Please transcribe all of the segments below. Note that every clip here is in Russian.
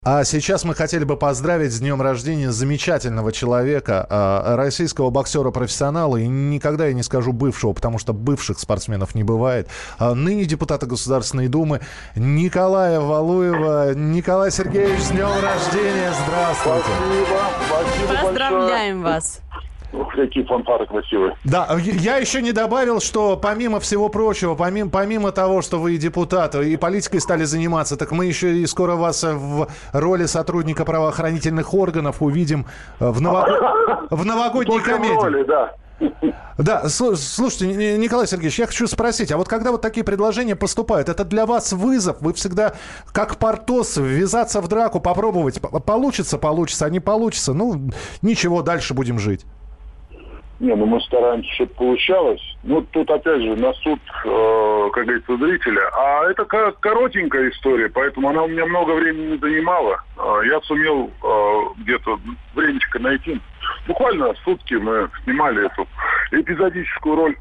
А сейчас мы хотели бы поздравить с днем рождения замечательного человека, российского боксера-профессионала, и никогда я не скажу бывшего, потому что бывших спортсменов не бывает, ныне депутата Государственной Думы Николая Валуева. Николай Сергеевич, с днем рождения! Здравствуйте! Спасибо. Поздравляем вас! Ух, какие фанфары красивые. Да, я еще не добавил, что помимо всего прочего, помимо того, что вы депутат и политикой стали заниматься, так мы еще и скоро вас в роли сотрудника правоохранительных органов увидим в новогодней комедии. В роли, да. Да, слушайте, Николай Сергеевич, я хочу спросить, а вот когда вот такие предложения поступают, это для вас вызов? Вы всегда, как Портос, ввязаться в драку, попробовать? Получится, а не получится? Ну, ничего, дальше будем жить. Не, ну мы стараемся, чтобы получалось. Ну, тут, опять же, на суд, как говорится, зрителя. А это коротенькая история, поэтому она у меня много времени не занимала. Я сумел где-то времечко найти. Буквально сутки мы снимали эту эпизодическую роль.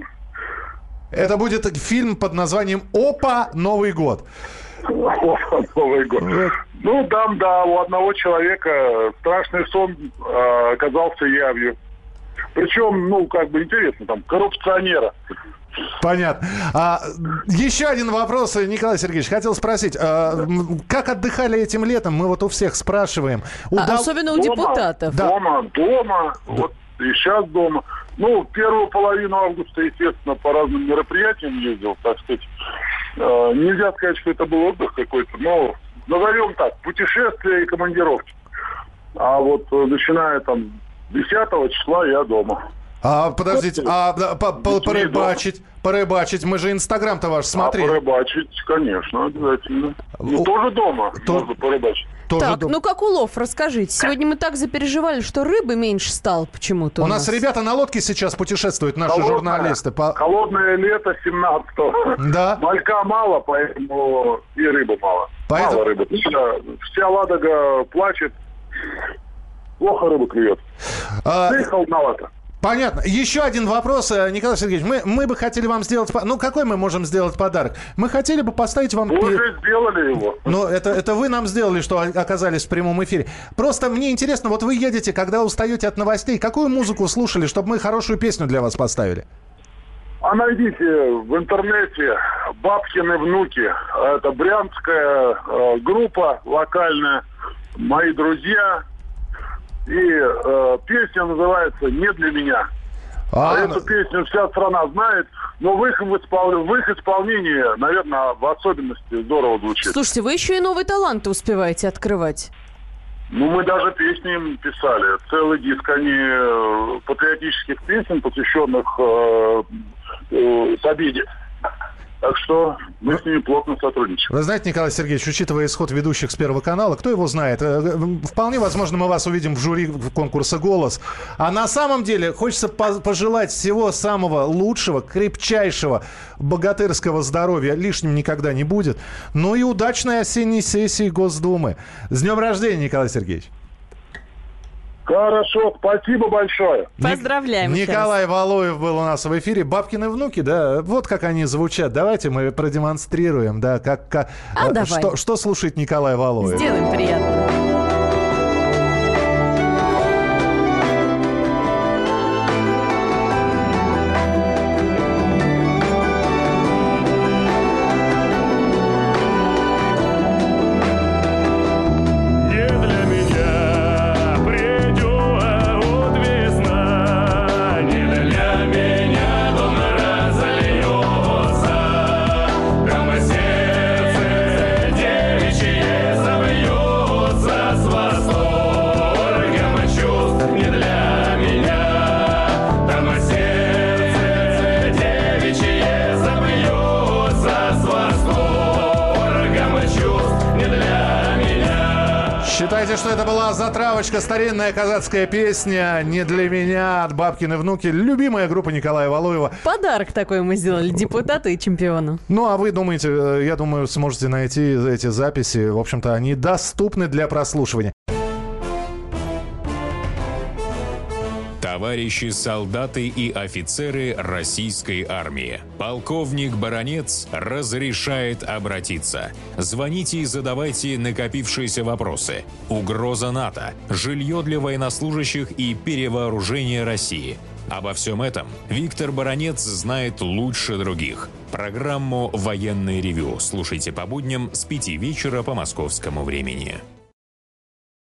Это будет фильм под названием «Опа! Новый год». Опа! Новый год. Ну, там, да, у одного человека страшный сон оказался явью. Причем, ну, как бы интересно, там, коррупционера. Понятно. Еще один вопрос, Николай Сергеевич, хотел спросить. Как отдыхали этим летом? Мы вот у всех спрашиваем. Особенно у депутатов. Дома. Вот и сейчас дома. Ну, первую половину августа, естественно, по разным мероприятиям ездил, так сказать. Нельзя сказать, что это был отдых какой-то, но назовем так, путешествия и командировки. А вот начиная там 10 числа я дома. Подождите, порыбачить, мы же Инстаграм-то ваш смотрели. Порыбачить, конечно, обязательно. Ну, тоже дома можно порыбачить. Так, ну как улов, расскажите. Сегодня мы так запереживали, что рыбы меньше стало почему-то у нас. Ребята на лодке сейчас путешествуют, наши журналисты. Холодное лето 17-го. Да. Малька мало, поэтому и рыбы мало. Мало рыбы. Вся Ладога плачет. Плохо рыба клюет. Холодновато. Понятно. Еще один вопрос, Николай Сергеевич. Мы бы хотели вам сделать... Ну, какой мы можем сделать подарок? Мы хотели бы поставить вам... Вы уже сделали его. Ну, это вы нам сделали, что оказались в прямом эфире. Просто мне интересно, вот вы едете, когда устаете от новостей, какую музыку слушали, чтобы мы хорошую песню для вас поставили? А найдите в интернете «Бабкины внуки». Это брянская группа локальная. Мои друзья... И песня называется «Не для меня». Эту песню вся страна знает, но в их исполнении, наверное, в особенности здорово звучит. Слушайте, вы еще и новые таланты успеваете открывать. Ну, мы даже песни им писали. Целый диск они патриотических песен, посвященных победе. Так что мы с ними плотно сотрудничаем. Вы знаете, Николай Сергеевич, учитывая исход ведущих с Первого канала, кто его знает, вполне возможно, мы вас увидим в жюри конкурса «Голос». А на самом деле хочется пожелать всего самого лучшего, крепчайшего богатырского здоровья. Лишним никогда не будет. Ну и удачной осенней сессии Госдумы. С днем рождения, Николай Сергеевич. Хорошо, спасибо большое. Поздравляем. Николай Валуев был у нас в эфире. «Бабкины внуки», да, вот как они звучат. Давайте мы продемонстрируем, да, давай. Что слушает Николай Валуев. Сделаем приятно. Считайте, что это была затравочка, старинная казацкая песня «Не для меня» от «Бабкины внуки». Любимая группа Николая Валуева. Подарок такой мы сделали депутату и чемпиону. Ну, а вы думаете, я думаю, сможете найти эти записи. В общем-то, они доступны для прослушивания. Товарищи солдаты и офицеры российской армии, полковник Баранец разрешает обратиться. Звоните и задавайте накопившиеся вопросы. Угроза НАТО, жилье для военнослужащих и перевооружение России. Обо всем этом Виктор Баранец знает лучше других. Программу «Военное ревю» слушайте по будням с 5 вечера по московскому времени.